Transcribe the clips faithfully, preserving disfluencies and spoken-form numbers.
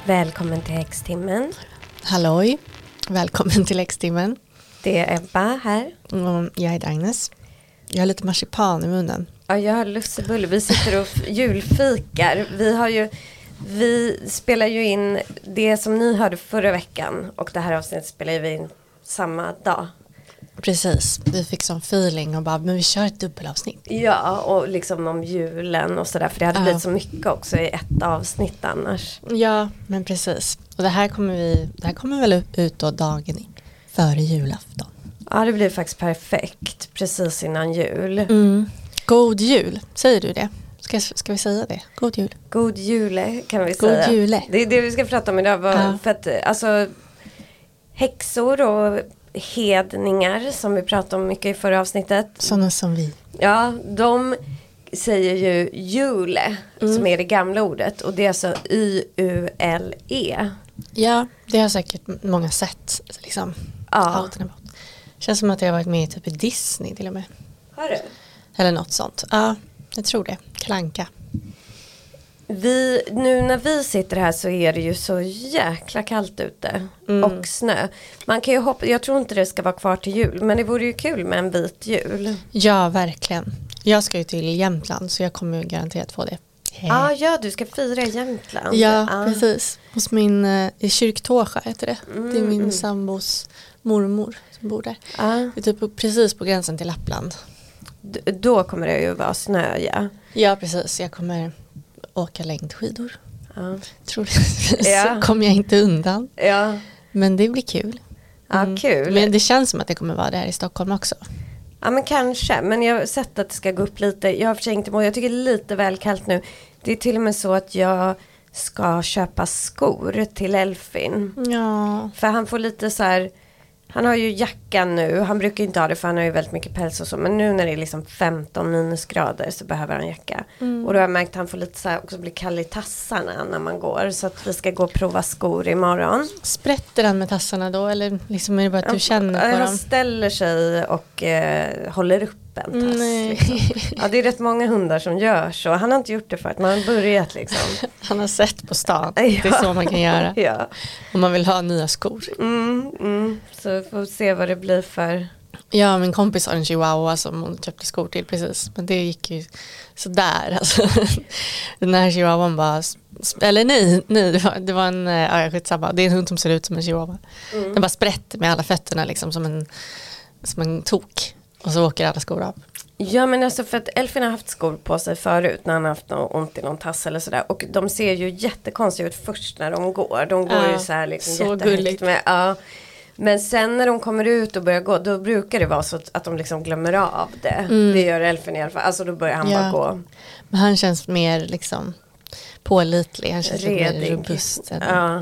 Välkommen till Häxtimmen. Halloj, välkommen till Häxtimmen. Det är Ebba här. Och jag är Agnes. Jag har lite marsipan i munnen. Ja, jag har lussebulle. Vi sitter och julfikar. Vi har ju, vi spelar ju in det som ni hörde förra veckan. Och det här avsnittet spelar vi in samma dag. Precis, vi fick sån feeling och bara, men vi kör ett dubbelavsnitt. Ja, och liksom om julen och sådär. För det hade Ja. blivit så mycket också i ett avsnitt annars. Ja, men precis. Och det här kommer vi, det här kommer väl ut då dagen före julafton. Ja, det blir faktiskt perfekt. Precis innan jul. Mm. God jul, säger du det? Ska, ska vi säga det? God jul. God jule kan vi God säga. jule. Det är det vi ska prata om idag. Var, Ja. För att alltså häxor och hedningar som vi pratade om mycket i förra avsnittet. Sådana som vi. Ja, de säger ju jule Mm. som är det gamla ordet. Och det är alltså Y U L E. Ja, det har säkert många sett. Liksom. Ja. Out and about. Känns som att jag har varit med i typ i Disney till och med. Har du? Eller något sånt. Ja, jag tror det. Klanka. Vi, nu när vi sitter här så är det ju så jäkla kallt ute. Mm. Och snö. Man kan ju hoppa, jag tror inte det ska vara kvar till jul. Men det vore ju kul med en vit jul. Ja, verkligen. Jag ska ju till Jämtland så jag kommer ju garanterat få det. Ja, ah, ja, du ska fira i Jämtland. Ja, ah. precis. Hos min, eh, i Kyrktåsjö heter det. Mm, det är min mm. sambos mormor som bor där. Ah. Det är typ precis på gränsen till Lappland. D- då kommer det ju vara snö, ja. Ja, precis. Jag kommer åka längdskidor. Ja. Troligtvis Ja. kommer jag inte undan. Ja, Men det blir kul. ja Mm. kul. Men det känns som att det kommer vara det här i Stockholm också. Ja, men kanske. Men jag har sett att det ska gå upp lite. Jag har försökt inte må. Jag tycker det är lite väl kallt nu. Det är till och med så att jag ska köpa skor till Elfin. Ja. För han får lite så här... Han har ju jackan nu. Han brukar inte ha det för han har ju väldigt mycket päls och så. Men nu när det är liksom femton minusgrader så behöver han jacka. Mm. Och då har jag märkt att han får lite så här också bli kall i tassarna när man går. Så att vi ska gå och prova skor imorgon. Sprätter han med tassarna då? Eller liksom är det bara att du känner på Han dem? ställer sig och eh, håller upp en tass. Nej. Liksom. Ja, det är rätt många hundar som gör så. Han har inte gjort det för att man har börjat liksom. Han har sett på stan. Ja. Det är så man kan göra. Ja. Om man vill ha nya skor. Mm, mm. Så får vi se vad det blir för... Ja, min kompis har en chihuahua som hon köpte skor till precis. Men det gick ju sådär. Alltså. Den här chihuahuan bara... Eller nej, nej det, var, det var en... Ja, skitsamma. Det är en hund som ser ut som en chihuahua. Mm. Den bara sprätter med alla fötterna liksom som en, som en tok. Och så åker alla skor av. Ja, men alltså för att Elfin har haft skor på sig förut när han har haft något ont i någon tass eller sådär. Och de ser ju jättekonstiga ut först när de går. De går Ja, ju så här liksom så jättehögt gulligt. med... Ja. Men sen när de kommer ut och börjar gå, då brukar det vara så att, att de liksom glömmer av det. Mm. Det gör Elfin i alla fall. Alltså då börjar han Ja. bara gå. Men han känns mer liksom pålitlig. Han känns lite mer Redig. robust. Än... Ja.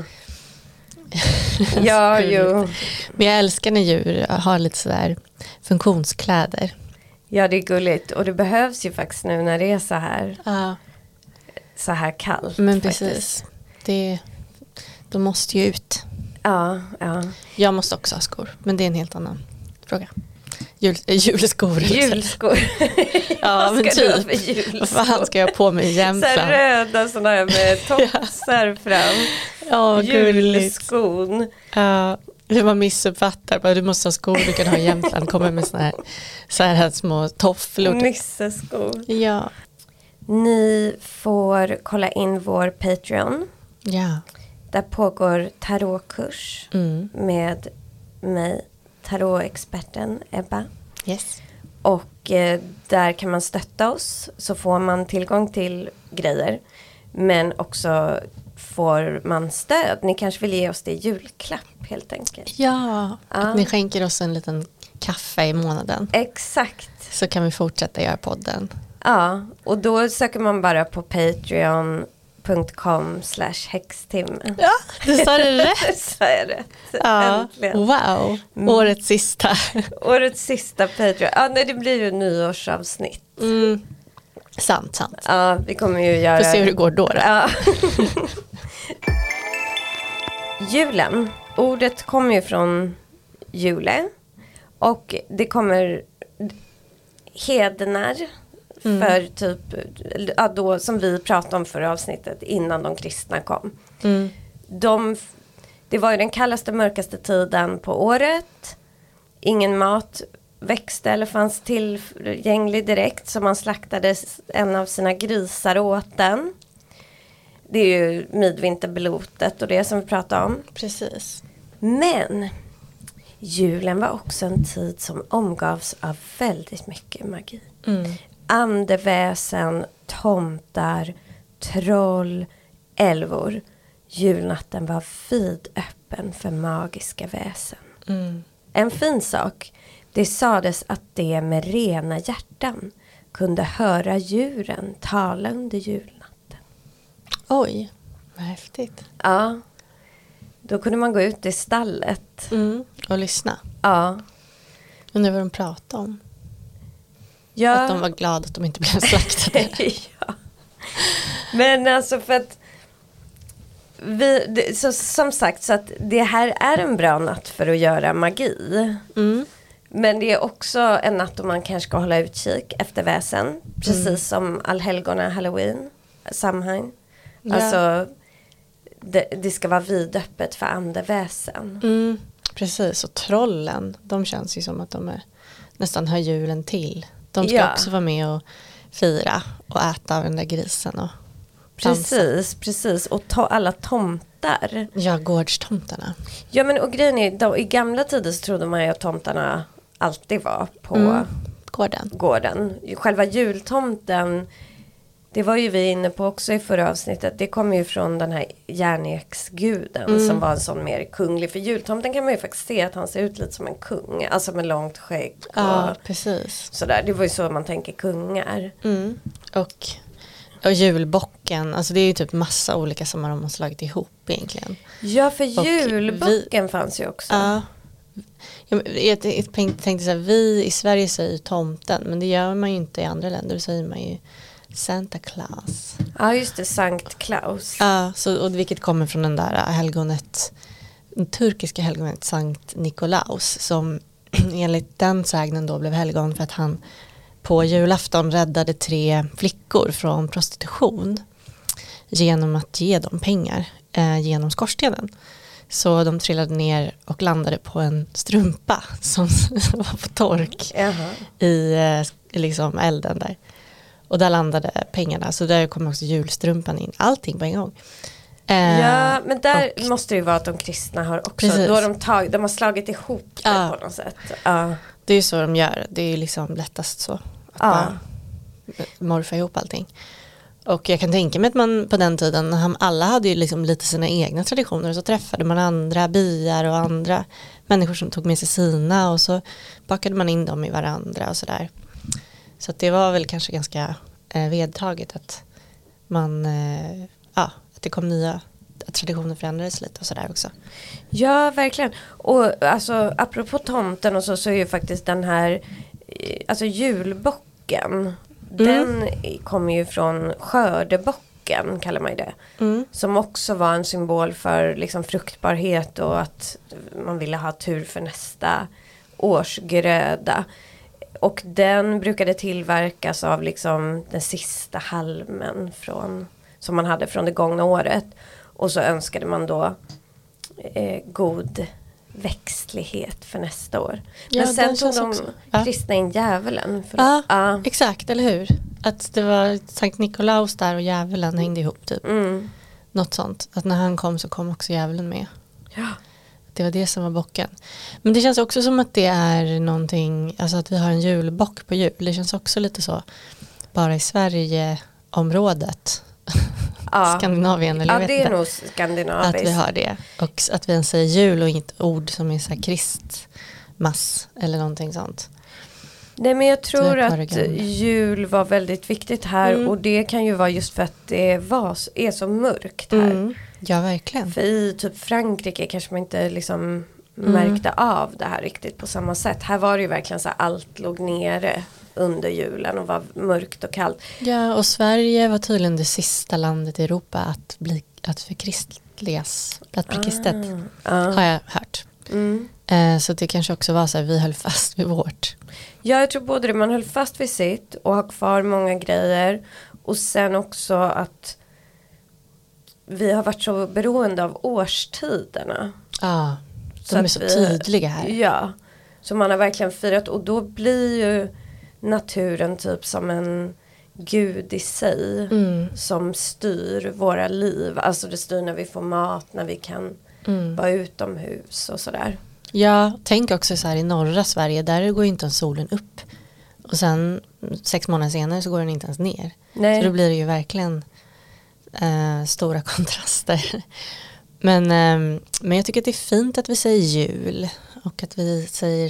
Ja, jo. Men jag älskar när djur har lite sådär funktionskläder. Ja, det är gulligt. Och det behövs ju faktiskt nu när det är så här, Ja, så här kallt. men faktiskt. precis. Det, de måste ju ut. Ja, ja. Jag måste också ha skor, men det är en helt annan fråga. Jul, äh, julskor. Julskor. Ja, men Vad ska du ha typ. för julskor? Vad fan ska jag ha på mig i Så här Jämtland? röda sådana här med tofsar fram. Ja, gulligt. Julskon. Ja, hur man missuppfattar. Bara, du måste ha skor du kan ha i Jämtland. Kommer med såna här, så här små tofflor. Nisseskor. Ja. Ni får kolla in vår Patreon. Ja. Där pågår tarotkurs Mm. med mig, tarotexperten Ebba. Yes. Och eh, där kan man stötta oss. Så får man tillgång till grejer. Men också får man stöd. Ni kanske vill ge oss det i julklapp helt enkelt. Ja, Ja. att ni skänker oss en liten kaffe i månaden. Exakt. Så kan vi fortsätta göra podden. Ja, och då söker man bara på patreon.com slash häxtimmen. Ja, du sa det rätt. Så är det. Ja, Äntligen. wow. Mm. Årets sista. Årets sista Patreon. Ja, nej, det blir ju nyårsavsnitt. Mm. Sant, sant. Ja, vi kommer ju göra... Får se hur det går då. då. Ja. Julen. Ordet kommer ju från jule. Och det kommer hednar Mm. för typ, ja, då, som vi pratade om förra avsnittet innan de kristna kom. Mm. de, det var ju den kallaste, mörkaste tiden på året. Ingen mat växte eller fanns tillgänglig direkt, så man slaktade en av sina grisar åt den. Det är ju midvinterbelotet och det som vi pratar om. Precis. Men julen var också en tid som omgavs av väldigt mycket magi. Mm. Andeväsen, tomtar, troll, älvor. Julnatten var vidöppen för magiska väsen. Mm. En fin sak, det sades att det med rena hjärtan kunde höra djuren tala under julnatten. Oj, vad häftigt. Ja, då kunde man gå ut i stallet. Mm. Och lyssna. Ja. Undrar vad de pratade om. Ja. Att de var glada att de inte blev slaktade. Ja. Men alltså för att vi, det, så, som sagt, så att det här är en bra natt för att göra magi. Mm. Men det är också en natt då man kanske ska hålla utkik efter väsen. Precis Mm. som allhelgona, Halloween, Samhain. Ja. Alltså det, det ska vara vidöppet för andeväsen. Mm. Precis, och trollen, de känns ju som att de är, nästan hör julen till. De ska Ja. också vara med och fira och äta av den där grisen och dansa. Precis, precis. Och ta alla tomtar. Ja, gårdstomtarna. Ja, men och grejen är, då, i gamla tider så trodde man ju att tomtarna alltid var på Mm. Gården. gården. Själva jultomten, det var ju vi inne på också i förra avsnittet. Det kommer ju från den här järneksguden Mm. som var en sån mer kunglig. För jultomten kan man ju faktiskt se att han ser ut lite som en kung. Alltså med långt skägg och Ja, precis. sådär. Det var ju så man tänker kungar. Mm. Och, och julbocken, alltså det är ju typ massa olika som de har slagit ihop egentligen. Ja, för Och julbocken vi, fanns ju också. Ja. Jag, jag, jag tänkte så här, vi i Sverige säger tomten, men det gör man ju inte i andra länder. Då säger man ju Santa Claus. Ja, just det, Sankt Klaus. Ja, så, och vilket kommer från den där helgonet, den turkiska helgonet Sankt Nikolaus, som enligt den sägnen då blev helgon för att han på julafton räddade tre flickor från prostitution genom att ge dem pengar eh, genom skorstenen. Så de trillade ner och landade på en strumpa som var på tork. Jaha. I eh, liksom elden där. Och där landade pengarna. Så där kom också julstrumpan in. Allting på en gång. Eh, Ja, men där och, måste det ju vara att de kristna har också, Precis. då har de, tag, de har slagit ihop det Ja. på något sätt. Ja. det är ju så de gör. Det är ju liksom lättast så. Att Ja. bara morfa ihop allting. Och jag kan tänka mig att man på den tiden, alla hade ju liksom lite sina egna traditioner. Och så träffade man andra byar och andra människor som tog med sig sina. Och så bakade man in dem i varandra och sådär. Så att det var väl kanske ganska eh, vedtaget att man, eh, ja, att det kom nya, att traditioner förändrades lite och sådär också. Ja, verkligen. Och alltså apropå tomten och så, så är ju faktiskt den här, eh, alltså julbocken, mm. den kommer ju från skördebocken, kallar man ju det. Mm. Som också var en symbol för liksom fruktbarhet och att man ville ha tur för nästa års gröda. Och den brukade tillverkas av liksom den sista halmen från, som man hade från det gångna året. Och så önskade man då eh, god växtlighet för nästa år. Ja, men sen den tog känns de också. Ja. kristna in djävulen. För Ja, ja. exakt, eller hur? Att det var Sankt Nikolaus där och djävulen hängde ihop typ. Mm. Något sånt. Att när han kom så kom också djävulen med. Ja. Det var det som var bocken. Men det känns också som att det är någonting, alltså att vi har en julbock på jul. Det känns också lite så, bara i Sverige-området. Ja. Skandinavien eller Ja, vet det är inte. nog skandinaviskt. Att vi har det. Och att vi ens säger jul och inget ord som är så här kristmass eller någonting sånt. Nej, men jag tror jag att jul var väldigt viktigt här. Mm. Och det kan ju vara just för att det var, är så mörkt här. Mm. Ja, verkligen. För i typ Frankrike kanske man inte liksom Mm. märkte av det här riktigt på samma sätt. Här var det ju verkligen så här, allt låg nere under julen och var mörkt och kallt. Ja, och Sverige var tydligen det sista landet i Europa att bli att förkristligas, att bli kristet. Ah. Har jag hört. Mm. Eh, så det kanske också var så här, vi höll fast vid vårt. Ja, jag tror både det, man höll fast vid sitt och har kvar många grejer. Och sen också att vi har varit så beroende av årstiderna. Ja, de Så är att så vi- tydliga här. Ja, så man har verkligen firat. Och då blir ju naturen typ som en gud i sig. Mm. Som styr våra liv. Alltså det styr när vi får mat, när vi kan Mm. vara utomhus och sådär. Ja, tänk också så här i norra Sverige, där går ju inte ens solen upp. Och sen sex månader senare så går den inte ens ner. Nej. Så då blir det ju verkligen eh, stora kontraster. Men, eh, men jag tycker att det är fint att vi säger jul. Och att vi säger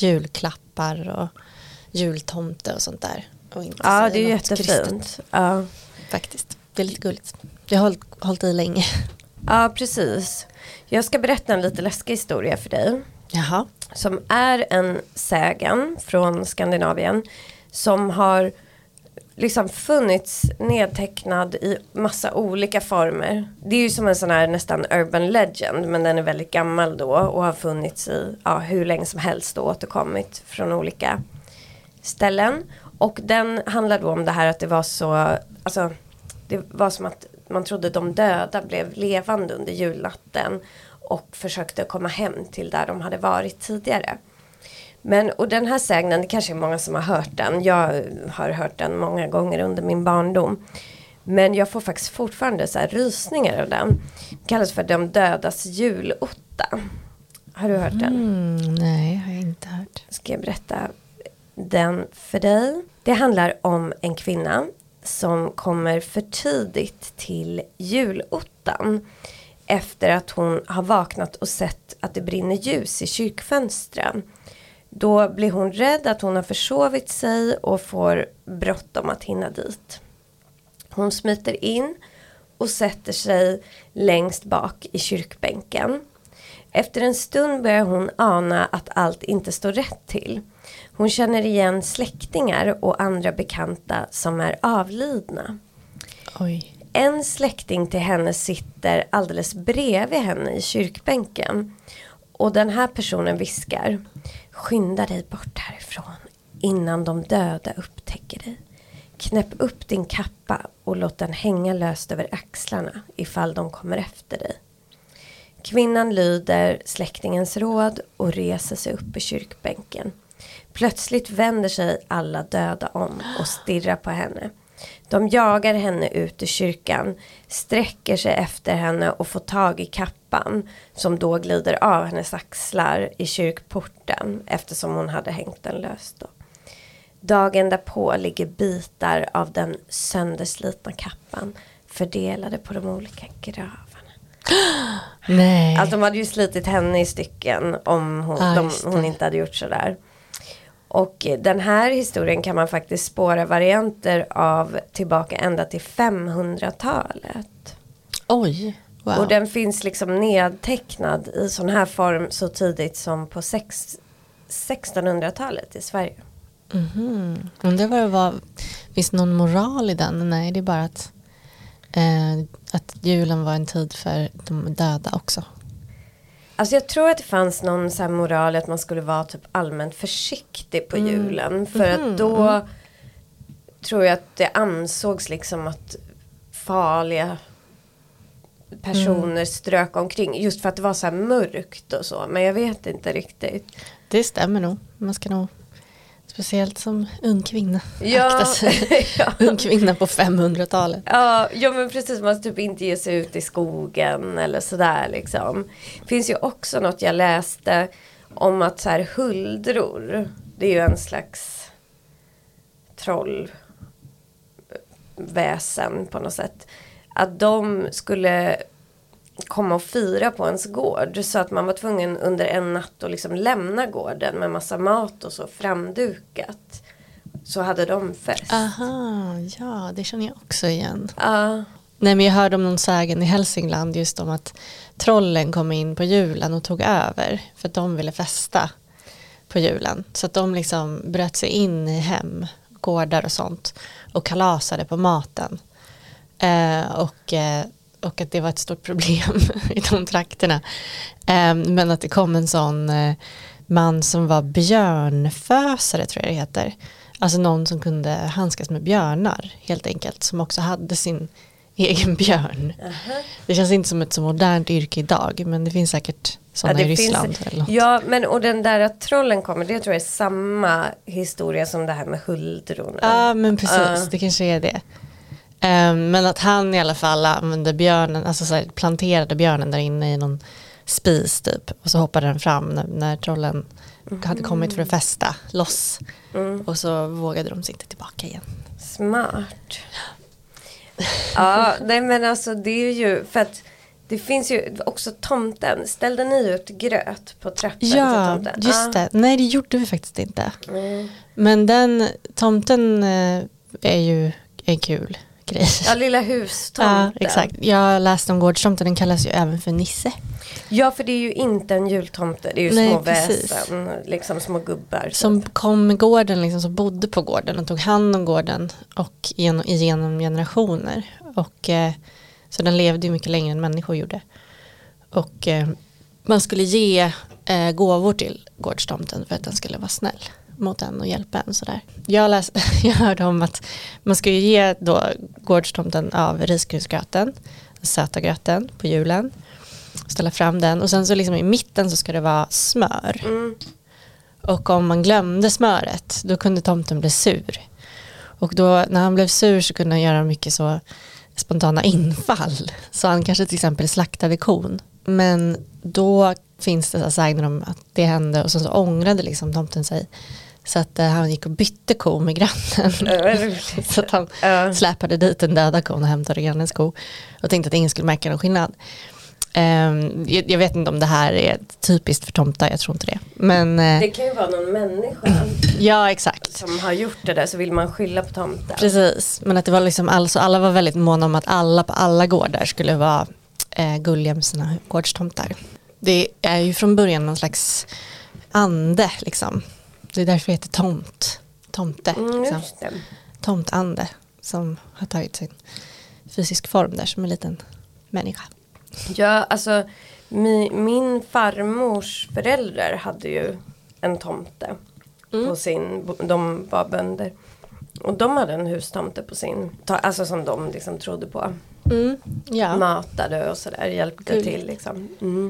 julklappar och jultomte och sånt där. Och inte Ja, säger det är något kristet, jättefint. Ja. faktiskt. Det är lite gulligt. Jag har hållit, hållit i länge. ja, precis. Jag ska berätta en lite läskig historia för dig. Jaha. Som är en sägen från Skandinavien. Som har liksom funnits nedtecknad i massa olika former. Det är ju som en sån här nästan urban legend. Men den är väldigt gammal då. Och har funnits i ja, hur länge som helst. Och återkommit från olika ställen. Och den handlar då om det här att det var så. Alltså det var som att man trodde de döda blev levande under julnatten. Och försökte komma hem till där de hade varit tidigare. Men, och den här sägnen, det kanske är många som har hört den. Jag har hört den många gånger under min barndom. Men jag får faktiskt fortfarande så här rysningar av den. Det kallas för de dödas julotta. Har du hört den? Mm, nej, har jag inte hört. Ska jag berätta den för dig. Det handlar om en kvinna som kommer för tidigt till julottan. Efter att hon har vaknat och sett att det brinner ljus i kyrkfönstren. Då blir hon rädd att hon har försovit sig och får bråttom att hinna dit. Hon smiter in och sätter sig längst bak i kyrkbänken. Efter en stund börjar hon ana att allt inte står rätt till. Hon känner igen släktingar och andra bekanta som är avlidna. Oj. En släkting till henne sitter alldeles bredvid henne i kyrkbänken. Och den här personen viskar: skynda dig bort härifrån innan de döda upptäcker dig. Knäpp upp din kappa och låt den hänga löst över axlarna ifall de kommer efter dig. Kvinnan lyder släktingens råd och reser sig upp i kyrkbänken. Plötsligt vänder sig alla döda om och stirrar på henne. De jagar henne ut ur kyrkan, sträcker sig efter henne och får tag i kappan som då glider av hennes axlar i kyrkporten eftersom hon hade hängt den löst då. Dagen därpå ligger bitar av den sönderslitna kappan fördelade på de olika gravarna. Nej. Alltså de hade ju slitit henne i stycken om hon, Ah, de, just det. hon inte hade gjort sådär. Och den här historien kan man faktiskt spåra varianter av tillbaka ända till femhundratalet. Oj. Wow. Och den finns liksom nedtecknad i sån här form så tidigt som på sex, sextonhundratalet i Sverige. Mhm. Undrar vad det var. Finns det någon moral i den? Nej, det är bara att, eh, att julen var en tid för de döda också. Alltså jag tror att det fanns någon så här moral att man skulle vara typ allmänt försiktig på julen. För att då tror jag att det ansågs liksom att farliga personer strök omkring. Just för att det var så här mörkt och så. Men jag vet inte riktigt. Det stämmer nog. Man ska nog, speciellt som ung kvinna, Ja, akta sig. ja. Ung kvinna på femhundratalet. Ja, ja men precis, man typ inte ge sig ut i skogen eller sådär liksom. Finns ju också något jag läste om att så här huldror, det är ju en slags trollväsen på något sätt. Att de skulle komma och fira på ens gård så att man var tvungen under en natt att liksom lämna gården med massa mat och så framdukat. Så hade de fest. Aha, ja, det känner jag också igen. Ja. Nej, men jag hörde om någon sägen i Hälsingland just om att trollen kom in på julen och tog över för att de ville festa på julen. Så att de liksom bröt sig in i hem, gårdar och sånt och kalasade på maten. Eh, och, eh, och att det var ett stort problem i de trakterna. Eh, men att det kom en sån eh, man som var björnfösare, tror jag det heter. Alltså någon som kunde handskas med björnar helt enkelt. Som också hade sin egen björn. Uh-huh. Det känns inte som ett så modernt yrke idag, men det finns säkert sådana ja, i Ryssland. Finns, eller något. Ja, men och den där att trollen kommer, det tror jag är samma historia som det här med huldron. Ja, men precis. Uh. Det kanske är det. Um, men att han i alla fall använde björnen, alltså så här, planterade björnen där inne i någon spis typ. Och så hoppade den fram när, när trollen mm. hade kommit för att fästa loss. Mm. Och så vågade de sig inte tillbaka igen. Smart. Ja, nej men alltså det är ju för att det finns ju också tomten. Ställde ni ut gröt på trappan ja, till tomten? just det. Nej, det gjorde vi faktiskt inte. Mm. Men den tomten eh, är ju en kul grej. Ja, lilla hustomten. Ja, exakt. Jag läste om gårdstomten, den kallas ju även för Nisse. Ja, för det är ju inte en jultomte. Det är ju Nej, små precis. väsen, liksom små gubbar. Som kom med gården, liksom, som bodde på gården och tog hand om gården och genom, genom generationer. Och, eh, så den levde ju mycket längre än människor gjorde. Och eh, man skulle ge eh, gåvor till gårdstomten för att den skulle vara snäll mot en och hjälpa en. Sådär. Jag, läs, jag hörde om att man skulle ge då gårdstomten av risgrynsgröten, den söta gröten på julen. Ställa fram den och sen så liksom i mitten så ska det vara smör. Mm. Och om man glömde smöret då kunde tomten bli sur. Och då när han blev sur så kunde han göra mycket så spontana infall. Så han kanske till exempel slaktade kon. Men då finns det så sägner om att det hände och så, så ångrade liksom tomten sig. Så att uh, han gick och bytte ko med grannen. Så att han uh. släpade dit en döda kon och hämtade grannens ko. Och tänkte att ingen skulle märka någon skillnad. Um, jag, jag vet inte om det här är typiskt för tomtar, jag tror inte det. Men, uh, det kan ju vara någon människa. Ja, exakt. Som har gjort det där, så vill man skylla på tomten. Precis, men att det var liksom alltså, alla var väldigt måna om att alla på alla gårdar skulle vara uh, gulliga med sina gårdstomtar. Det är ju från början någon slags ande liksom. Det är därför det heter tomt. Tomte. Mm, liksom. just det. Tomtande som har tagit sin fysisk form där som en liten människa. Ja, alltså min, min farmors föräldrar hade ju en tomte mm. på sin, de var bönder. Och de hade en hustomte på sin, alltså som de liksom trodde på. Mm. Ja. Matade och sådär, hjälpte Gud. till liksom. Mm.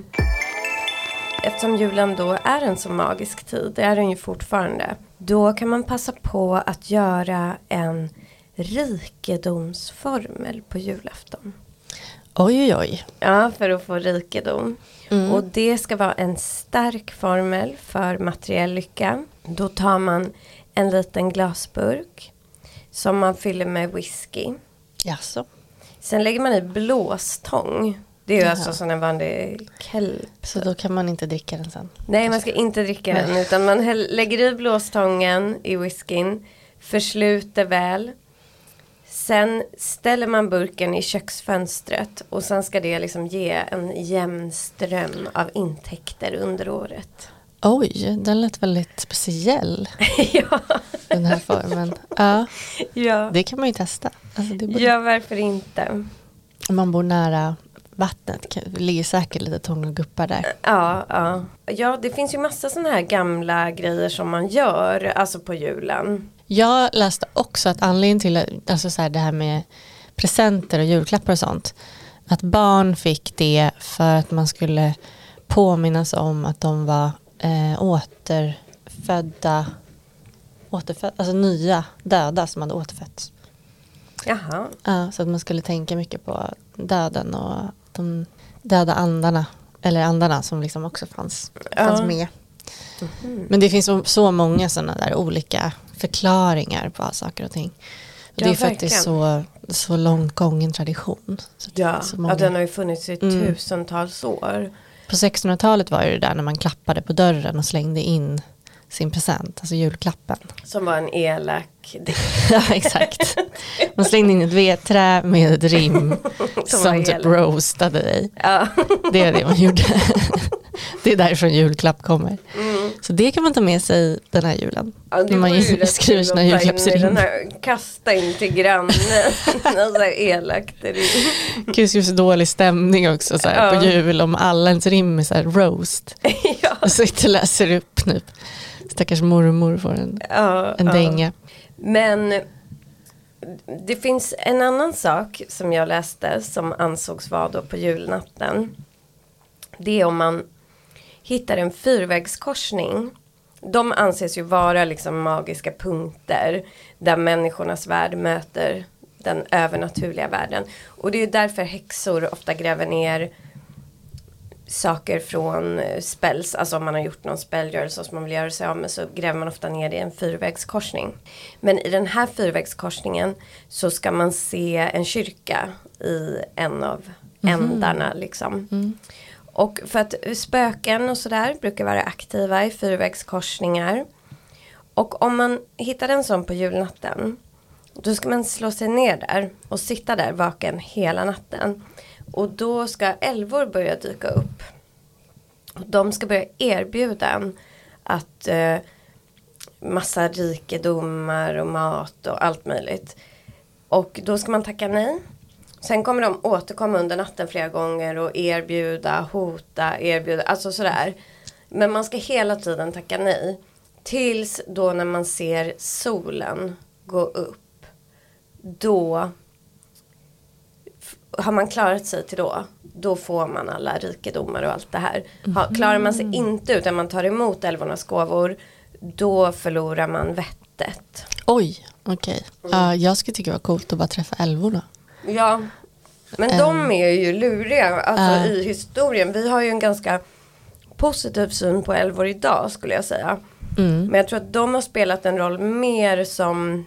Eftersom julen då är en så magisk tid, det är den ju fortfarande. Då kan man passa på att göra en rikedomsformel på julafton. Oj, oj, oj. Ja, för att få rikedom. Mm. Och det ska vara en stark formel för materiell lycka. Då tar man en liten glasburk som man fyller med whisky. Jaså. Sen lägger man i blåstång. Det är ju Jaha. alltså sån en vanlig kelp. Så då kan man inte dricka den sen? Nej, man ska inte dricka Nej. den. Utan man häll, lägger i blåstången i whiskyn. Försluter väl. Sen ställer man burken i köksfönstret. Och sen ska det liksom ge en jämn ström av intäkter under året. Oj, den lät väldigt speciell. Ja. Den här formen. Ja. Ja. Det kan man ju testa. Alltså det borde... Ja, varför inte? Om man bor nära vattnet ligger säkert lite tång och guppar där. Ja, ja. Ja, det finns ju massa sådana här gamla grejer som man gör, alltså på julen. Jag läste också att anledningen till alltså så här, det här med presenter och julklappar och sånt, att barn fick det för att man skulle påminnas om att de var eh, återfödda, återfödda, alltså nya döda som hade återfötts. Jaha. Ja, så att man skulle tänka mycket på döden och de döda andarna, eller andarna som liksom också fanns, fanns ja. med. Mm-hmm. Men det finns så, så många sådana där olika förklaringar på saker och ting. Och ja, det är faktiskt så, så långt gången tradition. Så ja, så många... ja, den har ju funnits i mm. tusentals år. På sextonhundratalet var det där när man klappade på dörren och slängde in sin present, alltså julklappen. Som var en elak dikt. Ja, exakt. Man slängde in ett vedträ med ett rim som, som typ roastade dig. Ja. Det är det man gjorde. Det är därifrån julklapp kommer. Mm. Så det kan man ta med sig den här julen. Ja, när man skriver sina julklappsrim. Kasta in till grannen. Så elakt. Gud, så dålig stämning också så här, ja. På jul om alla ens rim är så här roast. Ja. Och så inte läser upp nu. Stackars mormor får en, ja, en ja. dänga. Men det finns en annan sak som jag läste som ansågs vara då på julnatten. Det är om man hittar en fyrvägskorsning. De anses ju vara liksom magiska punkter där människornas värld möter den övernaturliga världen. Och det är därför häxor ofta gräver ner saker från spells. Alltså om man har gjort någon spellgörelse som man vill göra sig av med, så gräver man ofta ner det i en fyrvägskorsning. Men i den här fyrvägskorsningen så ska man se en kyrka i en av mm. ändarna liksom. Mm. Och för att spöken och sådär brukar vara aktiva i fyrvägskorsningar. Och om man hittar en sån på julnatten, då ska man slå sig ner där och sitta där vaken hela natten. Och då ska älvor börja dyka upp. Och de ska börja erbjuda en att eh, massa rikedomar och mat och allt möjligt. Och då ska man tacka nej. Sen kommer de återkomma under natten flera gånger och erbjuda, hota, erbjuda, alltså sådär. Men man ska hela tiden tacka nej. Tills då när man ser solen gå upp. Då har man klarat sig till då. Då får man alla rikedomar och allt det här. Ha, klarar man sig inte utan man tar emot älvornas gåvor, då förlorar man vettet. Oj, okej. Okay. Mm. Uh, jag skulle tycka det var coolt att bara träffa älvorna. Ja, men um. de är ju luriga alltså uh. i historien. Vi har ju en ganska positiv syn på älvor idag, skulle jag säga. Mm. Men jag tror att de har spelat en roll mer som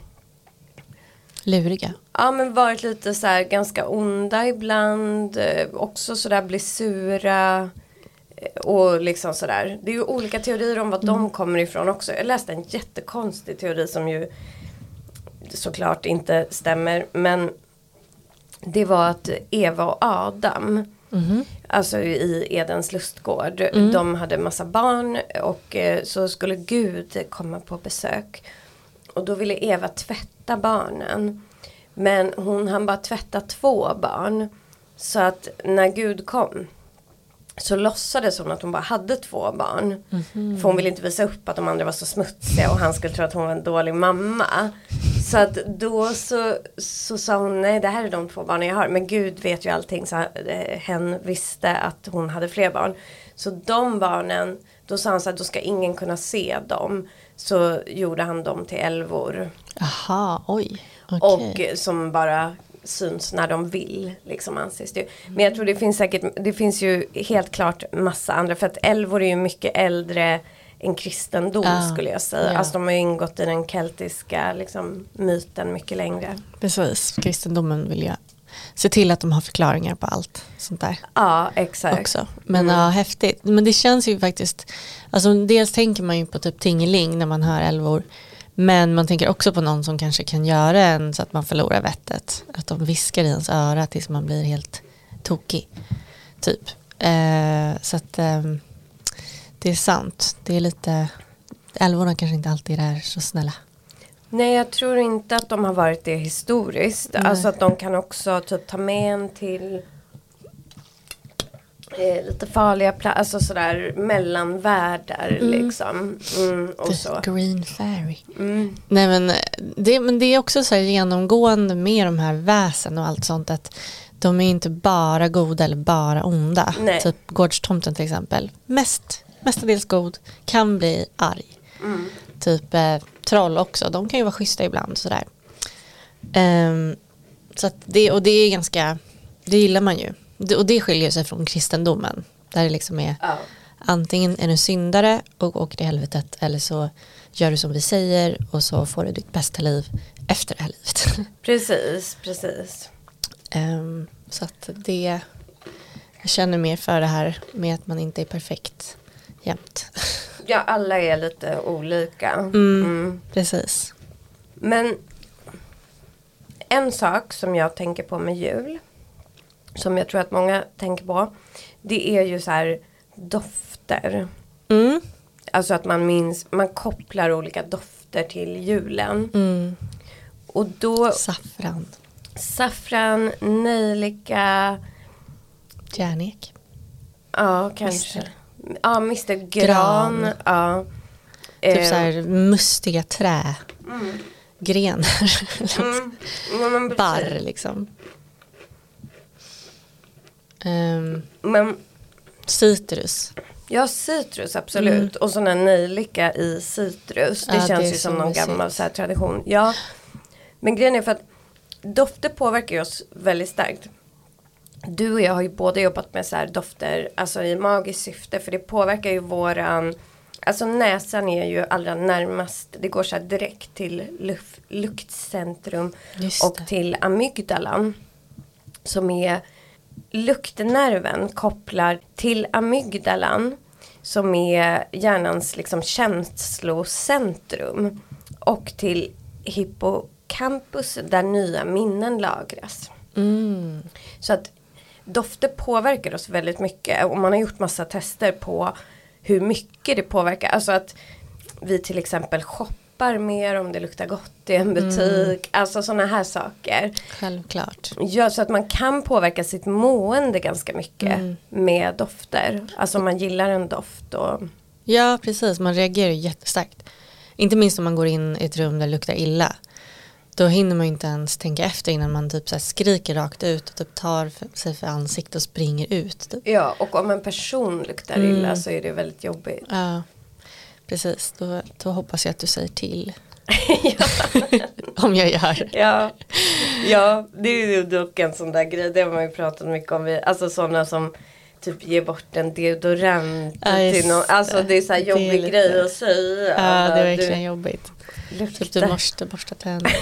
luriga. Ja, men varit lite så här ganska onda ibland. Eh, också sådär bli sura. Eh, och liksom sådär. Det är ju olika teorier om vad mm. de kommer ifrån också. Jag läste en jättekonstig teori som ju såklart inte stämmer. Men det var att Eva och Adam, mm. alltså i Edens lustgård, mm. de hade massa barn. Och eh, så skulle Gud komma på besök. Och då ville Eva tvätta barnen. Men hon hann bara tvätta två barn. Så att när Gud kom så låtsades hon att hon bara hade två barn. Mm-hmm. För hon ville inte visa upp att de andra var så smutsiga. Och han skulle tro att hon var en dålig mamma. Så att då så, så sa hon, nej det här är de två barnen jag har. Men Gud vet ju allting, så eh, hen visste att hon hade fler barn. Så de barnen, då sa han så att då ska ingen kunna se dem. Så gjorde han dem till älvor. Aha, oj. Okay. Och som bara syns när de vill, liksom anses det. Men jag tror det finns säkert, det finns ju helt klart massa andra. För att älvor är ju mycket äldre än kristendom, ah, skulle jag säga. Ja. Alltså de har ju ingått i den keltiska liksom, myten mycket längre. Precis, kristendomen vill jag se till att de har förklaringar på allt sånt där. Ja, exakt. Också. Men mm. ja, häftigt. Men det känns ju faktiskt, alltså dels tänker man ju på typ tingeling när man hör älvor. Men man tänker också på någon som kanske kan göra en så att man förlorar vettet. Att de viskar i ens öra tills man blir helt tokig. Typ. Eh, så att eh, det är sant. Det är lite, älvorna kanske inte alltid är så snälla. Nej, jag tror inte att de har varit det historiskt. Nej. Alltså att de kan också typ ta med en till eh, lite farliga platser, alltså sådär mellanvärldar mm. liksom. Mm, och The så. Green Fairy. Mm. Nej, men det, men det är också så här genomgående med de här väsen och allt sånt att de är inte bara goda eller bara onda. Nej. Typ gårdstomten till exempel. Mest, mestadels god, kan bli arg. Mm. Typ eh, troll också. De kan ju vara schyssta ibland sådär. Um, så att det, och det är ganska, det gillar man ju. Det, och det skiljer sig från kristendomen. Där det liksom är oh. antingen är du syndare och åker till helvetet, eller så gör du som vi säger och så får du ditt bästa liv efter det här livet. Precis, precis. Um, så att det, jag känner mer för det här med att man inte är perfekt jämt. Ja, alla är lite olika. Mm, mm. Precis. Men en sak som jag tänker på med jul, som jag tror att många tänker på, det är ju så här dofter. Mm. Alltså att man minns, man kopplar olika dofter till julen. Mm. Och då saffran. Saffran, nejlika, järnek. Ja, kanske. Mister. Ja, mister gran. gran. Ja. Typ så här mustiga trä. Mm. grenar. Mm. Men, Barr liksom. Um, men citrus. ja, citrus absolut. Mm. Och sån här nejlika i citrus. Det ja, känns det ju som någon mysigt. gammal så här tradition. Ja, men grejen är för att dofter påverkar ju oss väldigt starkt. Du och jag har ju båda jobbat med så här dofter, alltså i magiskt syfte. För det påverkar ju våran, alltså näsan är ju allra närmast. Det går så här direkt till luft, luktcentrum och till amygdalan. Som är luktnerven kopplar till amygdalan. Som är hjärnans liksom känslocentrum. Och till hippocampus där nya minnen lagras. Mm. Så att dofter påverkar oss väldigt mycket. Och man har gjort massa tester på hur mycket det påverkar. Alltså att vi till exempel shoppar mer om det luktar gott i en butik. Mm. Alltså sådana här saker. Självklart. Ja, så att man kan påverka sitt mående ganska mycket mm. med dofter. Alltså om man gillar en doft. Och... Ja, precis. Man reagerar jättestarkt. Inte minst om man går in i ett rum där det luktar illa. Då hinner man ju inte ens tänka efter innan man typ så här skriker rakt ut och typ tar för, sig för ansiktet och springer ut. Typ. Ja, och om en person luktar mm. illa så är det väldigt jobbigt. Ja, precis. Då, då hoppas jag att du säger till. Ja. Om jag gör. Ja. Ja, det är ju dock en sån där grej. Det har man ju pratat mycket om. Alltså sådana som typ ger bort en deodorant ja, till någon. Alltså det är så här jobbig lite... grej att säga. Ja, det är verkligen du... jobbigt. Lukta. Typ du måste borsta tänderna.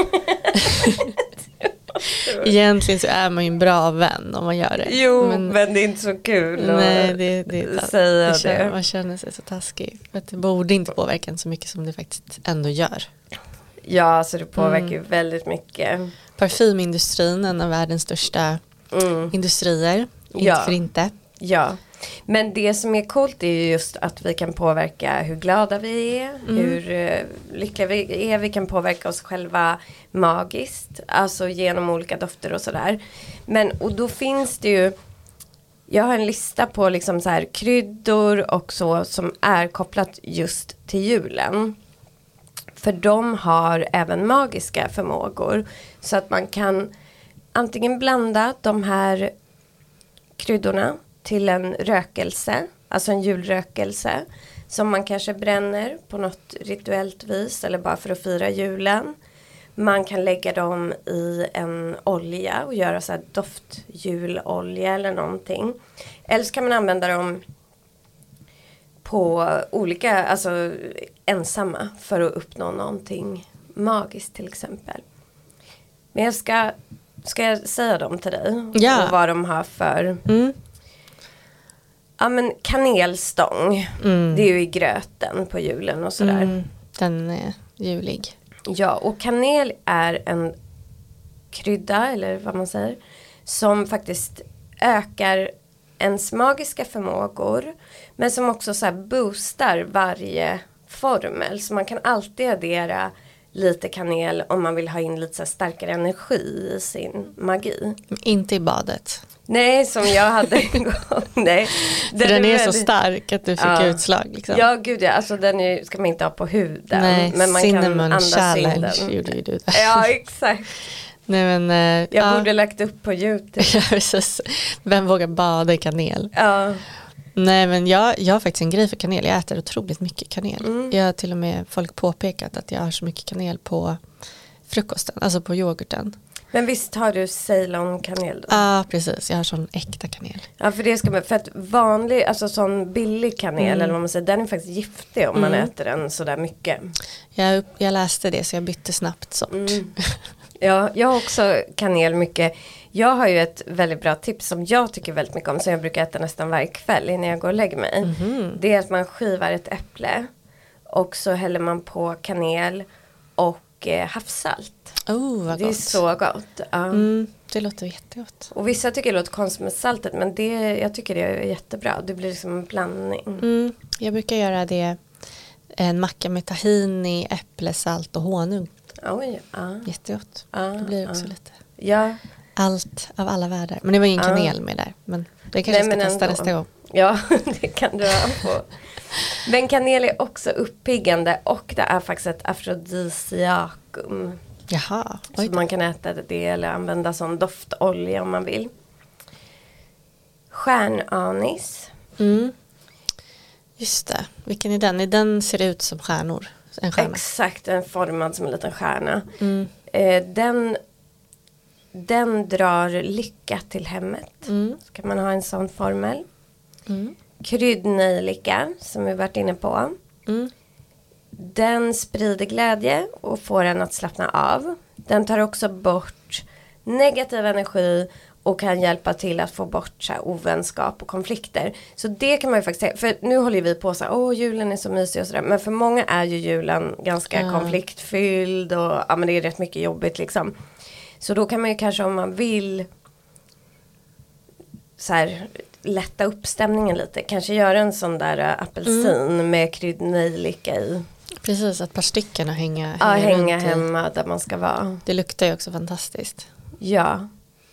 Egentligen så är man ju en bra vän om man gör det. Jo, men, men det är inte så kul nej, att det, det är säga det. Känner, det. Man känner sig så taskig. För att det borde inte påverka en så mycket som det faktiskt ändå gör. Ja, alltså det påverkar ju mm. väldigt mycket. Parfymindustrin, en av världens största mm. industrier. Inte ja. för inte. Ja, men det som är coolt är ju just att vi kan påverka hur glada vi är, mm. hur uh, lyckliga vi är. Vi kan påverka oss själva magiskt, alltså genom olika dofter och sådär. Men och då finns det ju, jag har en lista på liksom så här kryddor och så som är kopplat just till julen. För de har även magiska förmågor så att man kan antingen blanda de här kryddorna till en rökelse, alltså en julrökelse som man kanske bränner på något rituellt vis eller bara för att fira julen. Man kan lägga dem i en olja och göra så här doftjulolja eller någonting. Eller så kan man använda dem på olika, alltså ensamma för att uppnå någonting magiskt till exempel. Men jag ska, ska jag säga dem till dig? Ja. Och vad de har för... Mm. Ja men kanelstång, mm. det är ju i gröten på julen och sådär. Mm. Den är julig. Ja, och kanel är en krydda, eller vad man säger, som faktiskt ökar ens magiska förmågor. Men som också så här boostar varje formel. Så man kan alltid addera lite kanel om man vill ha in lite så här starkare energi i sin magi. Inte i badet. Nej, som jag hade en gång. Nej. Den, För den är, är väldigt... så stark att du fick ja. utslag. Liksom. Ja, gud ja. Alltså den är, ska man inte ha på huden. Nej, men man cinnamon kan andas challenge in den. gjorde ju du där. Ja, exakt. Nej, men, uh, jag ja. borde lagt upp på YouTube. Ja, precis. Vem vågar bada i kanel? Ja. Nej, men jag, jag har faktiskt en grej för kanel. Jag äter otroligt mycket kanel. Mm. Jag har till och med folk påpekat att jag har så mycket kanel på frukosten. Alltså på yoghurten. Men visst har du Ceylon-kanel då? Ja, ah, precis. Jag har sån äkta kanel. Ja, för det ska man, för att vanlig, alltså sån billig kanel mm. eller vad man säger, den är faktiskt giftig om mm. man äter den sådär mycket. Jag, jag läste det så jag bytte snabbt sort. Mm. Ja, jag har också kanel mycket. Jag har ju ett väldigt bra tips som jag tycker väldigt mycket om, som jag brukar äta nästan varje kväll innan jag går och lägger mig. Mm. Det är att man skivar ett äpple och så häller man på kanel och eh, havssalt. Oh, vad det gott. är så gott. Ja. Mm, det låter jättegott. Och vissa tycker det låter konstigt med saltet, men det, jag tycker det är jättebra. Det blir liksom en blandning. Mm, jag brukar göra det, en macka med tahini, äpple, salt och honung. Oj, ja. Jättegott. Ja, det blir också ja. lite ja. allt av alla världar. Men det var ingen kanel ja. med där. Men det kanske Nej, jag ska men testa ändå. nästa gång. Ja, det kan du ha på. Men kanel är också uppiggande och det är faktiskt ett afrodisiakum. Jaha. Så man kan äta det eller använda som doftolja om man vill. Stjärnanis. Mm. Just det. Vilken är den? I den ser det ut som stjärnor. En stjärna. Exakt, den är formad som en liten stjärna. Mm. Eh, den, den drar lycka till hemmet. Mm. Så kan man ha en sån formel. Mm. Kryddnejlika som vi varit inne på. Mm. Den sprider glädje och får en att slappna av. Den tar också bort negativ energi och kan hjälpa till att få bort så här, ovänskap och konflikter. Så det kan man ju faktiskt säga. För nu håller vi på så här, åh julen är så mysig och sådär. Men för många är ju julen ganska ja. konfliktfylld och ja, men det är rätt mycket jobbigt liksom. Så då kan man ju kanske om man vill så här, lätta upp stämningen lite. Kanske göra en sån där uh, apelsin mm. med kryddnejlika i. Precis, ett par stycken att hänga, ja, hänga, hänga runt hemma där man ska vara. Det luktar ju också fantastiskt. Ja.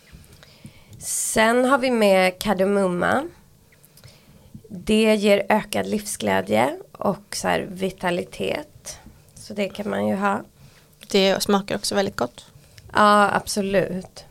Sen har vi med kardemumma. Det ger ökad livsglädje och så här vitalitet. Så det kan man ju ha. Det smakar också väldigt gott. Ja, absolut.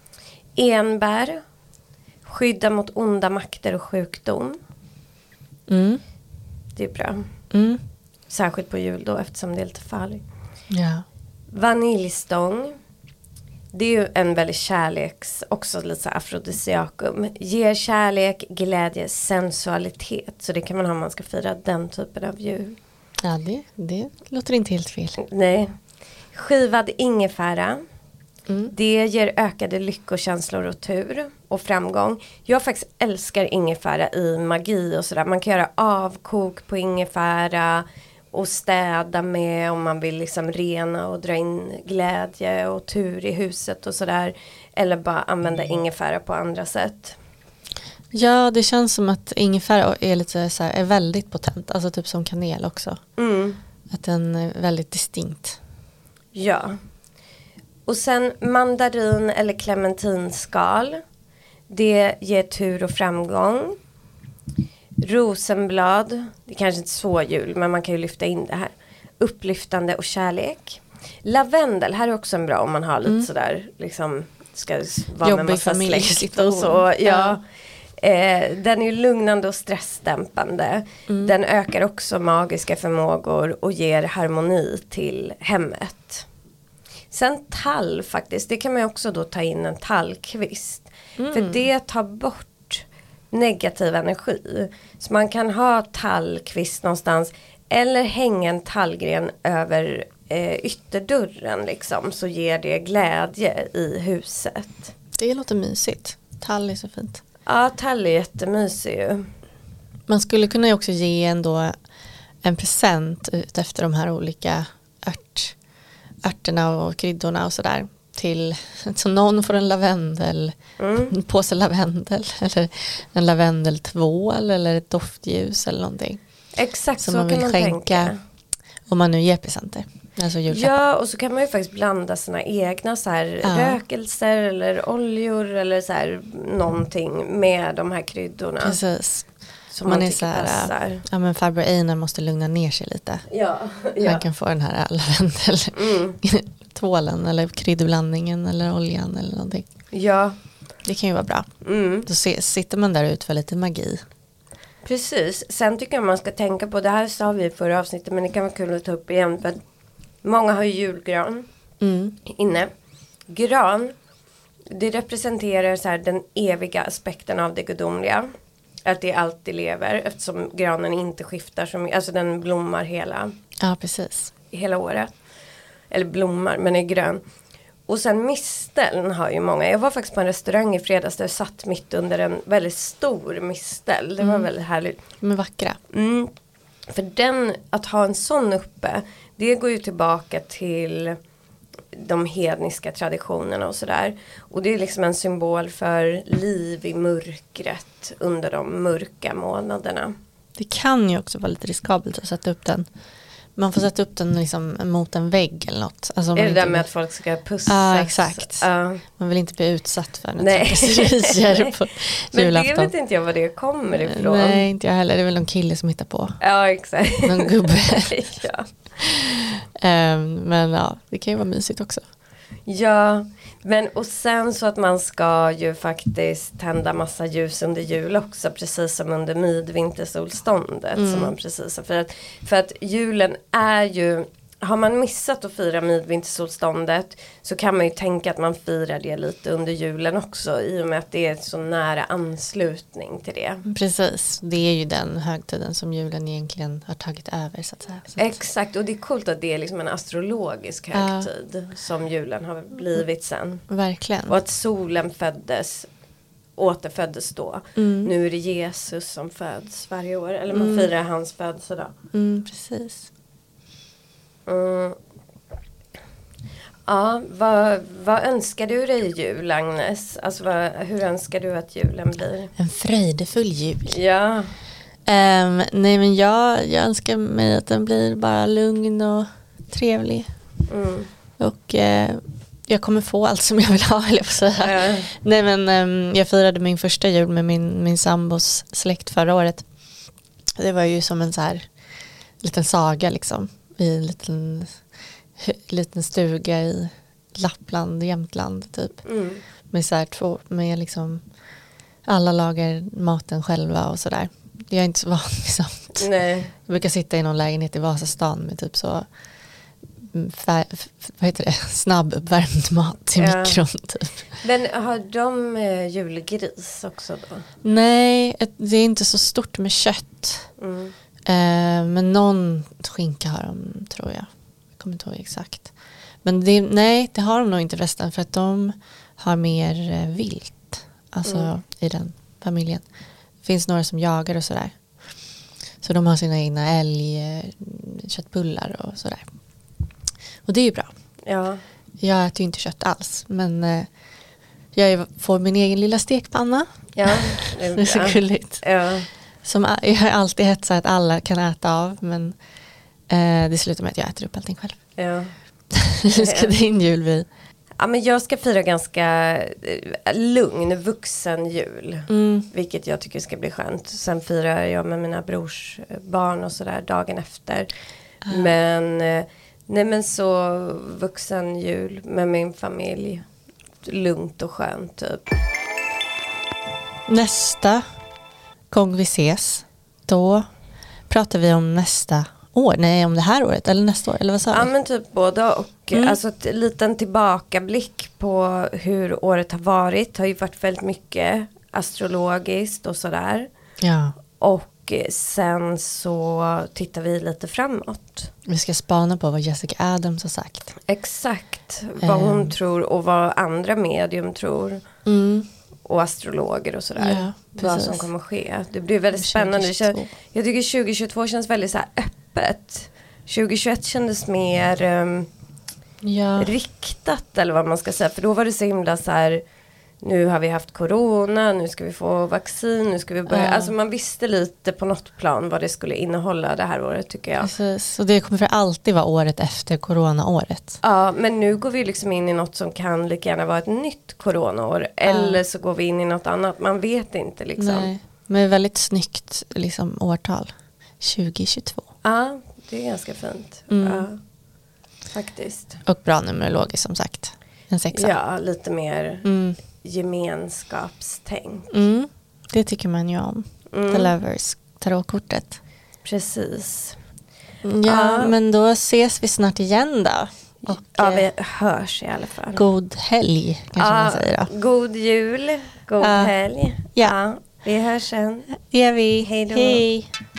Enbär. Skydda mot onda makter och sjukdom. Mm. Det är bra. Mm. Särskilt på jul då eftersom det är lite farligt. Ja. Vaniljstång. Det är ju en väldigt kärleks, också lite så afrodisiakum. Ger kärlek, glädje, sensualitet. Så det kan man ha om man ska fira den typen av jul. Ja, det, det låter inte helt fel. Nej. Skivad ingefära. Mm. Det ger ökade lyckokänslor och tur och framgång. Jag faktiskt älskar ingefära i magi och sådär. Man kan göra avkok på ingefära och städa med om man vill liksom rena och dra in glädje och tur i huset och sådär. Eller bara använda ingefära på andra sätt. Ja, det känns som att ingefära är lite så här, är väldigt potent. Alltså typ som kanel också. Mm. Att den är väldigt distinkt. Ja. Och sen mandarin eller clementinskal. Det ger tur och framgång. Rosenblad. Det är kanske inte så jul, men man kan ju lyfta in det här. Upplyftande och kärlek. Lavendel, här är också en bra om man har lite mm. sådär, liksom, ska vara jobbig med massa släkt och så. Ja. Ja. Eh, den är ju lugnande och stressdämpande. Mm. Den ökar också magiska förmågor och ger harmoni till hemmet. Sen tall faktiskt, det kan man också då ta in en tallkvist. Mm. För det tar bort negativ energi. Så man kan ha tallkvist någonstans eller hänga en tallgren över eh, ytterdörren liksom. Så ger det glädje i huset. Det låter mysigt. Tall är så fint. Ja, tall är jättemysig ju. Man skulle kunna också ge ändå en present ut efter de här olika ört, örterna och kryddorna och sådär. Till, så någon får en lavendel, mm. en påse lavendel eller en lavendeltvål eller ett doftljus eller någonting. Exakt, som så man vill kan man skänka tänka. Om man nu ger presenter. Alltså ja, och så kan man ju faktiskt blanda sina egna så här ja. rökelser eller oljor eller så här någonting med de här kryddorna. Precis. Som man, man är så här, passar. Ja, men farbror Einar måste lugna ner sig lite. Ja, ja. Han kan få den här lavendel mm. tvålen eller kryddblandningen eller oljan eller någonting. Ja. Det kan ju vara bra. Mm. Då se, sitter man där ut för lite magi. Precis. Sen tycker jag man ska tänka på, det här sa vi i förra avsnittet men det kan vara kul att ta upp igen. För många har ju julgran mm. inne. Gran, det representerar så här den eviga aspekten av det gudomliga. Att det alltid lever eftersom granen inte skiftar så mycket. Alltså den blommar hela, ja, precis. hela året. Eller blommar men är grön. Och sen misteln har ju många. Jag var faktiskt på en restaurang i fredags där jag satt mitt under en väldigt stor mistel. Det var mm. väldigt härligt. Men vackra. Mm. För den, att ha en sån uppe, det går ju tillbaka till de hedniska traditionerna och sådär. Och det är liksom en symbol för liv i mörkret under de mörka månaderna. Det kan ju också vara lite riskabelt att sätta upp den Man får sätta upp den liksom mot en vägg eller något. Alltså, är det inte... där med att folk ska pussas? Ja, exakt. Ja. Man vill inte bli utsatt för något Nej. trakasserier på Men julafton. det vet inte jag var det kommer ifrån. Nej, inte jag heller. Det är väl någon kille som hittar på. Ja, exakt. Någon gubbe. Ja. um, men ja, det kan ju vara mysigt också. Ja, men och sen så att man ska ju faktiskt tända massa ljus under jul också, precis som under midvintersolståndet mm. som man precis har firat. För att julen är ju, har man missat att fira midvintersolståndet så kan man ju tänka att man firar det lite under julen också, i och med att det är så nära anslutning till det. Precis, det är ju den högtiden som julen egentligen har tagit över så att säga. Så att... Exakt, och det är coolt att det är liksom en astrologisk högtid ja. som julen har blivit sen. Verkligen. Och att solen föddes, återföddes då. Mm. Nu är det Jesus som föds varje år, eller man mm. firar hans födelsedag. Mm, precis. Mm. Ja, vad, vad önskar du dig i jul, Agnes? Alltså vad, hur önskar du att julen blir? En fröjdefull jul. Ja. Um, nej men jag, jag önskar mig att den blir bara lugn och trevlig. Mm. Och uh, jag kommer få allt som jag vill ha, eller jag får säga. Ja. Nej men um, jag firade min första jul med min, min sambos släkt förra året. Det var ju som en så här liten saga liksom. I en liten, liten stuga i Lappland, Jämtland typ. Mm. Med så här två, med liksom alla lagar maten själva och sådär. Jag är inte så van vid sånt. Nej. Jag brukar sitta i någon lägenhet i Vasastan med typ så fär, vad heter det? Snabbuppvärmd mat i ja. mikron typ. Men har de eh, julgris också då? Nej, det är inte så stort med kött. Mm. Eh, men någon skinka har de, tror jag. Jag kommer inte ihåg exakt. Men det, nej, det har de nog inte förresten. För att de har mer eh, vilt. Alltså mm. i den familjen. Det finns några som jagar och sådär. Så de har sina egna älgköttbullar och sådär. Och det är ju bra. Ja. Jag äter ju inte kött alls. Men eh, jag får min egen lilla stekpanna. Ja, det är, det är så gulligt. Ja. Som jag har alltid hett så att alla kan äta av. Men eh, det slutar med att jag äter upp allting själv. Ja. Hur ska din jul bli? Ja, men jag ska fira ganska lugn vuxen jul. Mm. Vilket jag tycker ska bli skönt. Sen firar jag med mina brors barn och sådär dagen efter. Uh. Men, nej men så vuxen jul med min familj. Lugnt och skönt typ. Nästa gång vi ses, då pratar vi om nästa år. Nej, om det här året eller nästa år, eller vad sa du? Ja, men typ båda och mm. alltså en liten tillbakablick på hur året har varit. Det har ju varit väldigt mycket astrologiskt och sådär. Ja. Och sen så tittar vi lite framåt. Vi ska spana på vad Jessica Adams har sagt. Exakt, vad hon um. tror och vad andra medium tror. Mm. Och astrologer och sådär. Ja, vad som kommer ske. Det blir väldigt spännande. Jag tycker tjugohundratjugotvå känns väldigt så här öppet. tjugohundratjugoett kändes mer um, ja. riktat eller vad man ska säga. För då var det så himla så här, nu har vi haft corona, nu ska vi få vaccin, nu ska vi börja. Ja. Alltså man visste lite på något plan vad det skulle innehålla det här året tycker jag. Precis, och det kommer för alltid vara året efter coronaåret. Ja, men nu går vi liksom in i något som kan lika gärna vara ett nytt coronaår. Ja. Eller så går vi in i något annat, man vet inte liksom. Nej, men väldigt snyggt liksom årtal, tjugohundratjugotvå. Ja, det är ganska fint. Mm. Ja, faktiskt. Och bra numerologiskt som sagt. En sexa. Ja, lite mer mm. gemenskapstänk. Mm. Det tycker man ju om. Mm. The Lovers, tarotkortet. Precis. Ja, uh. men då ses vi snart igen då. Och, ja, vi hörs i alla fall. God helg, kanske uh, man säger då. God jul, god uh. helg. Ja. Uh, vi hörs sen. Det gör vi. Hej då. Hej.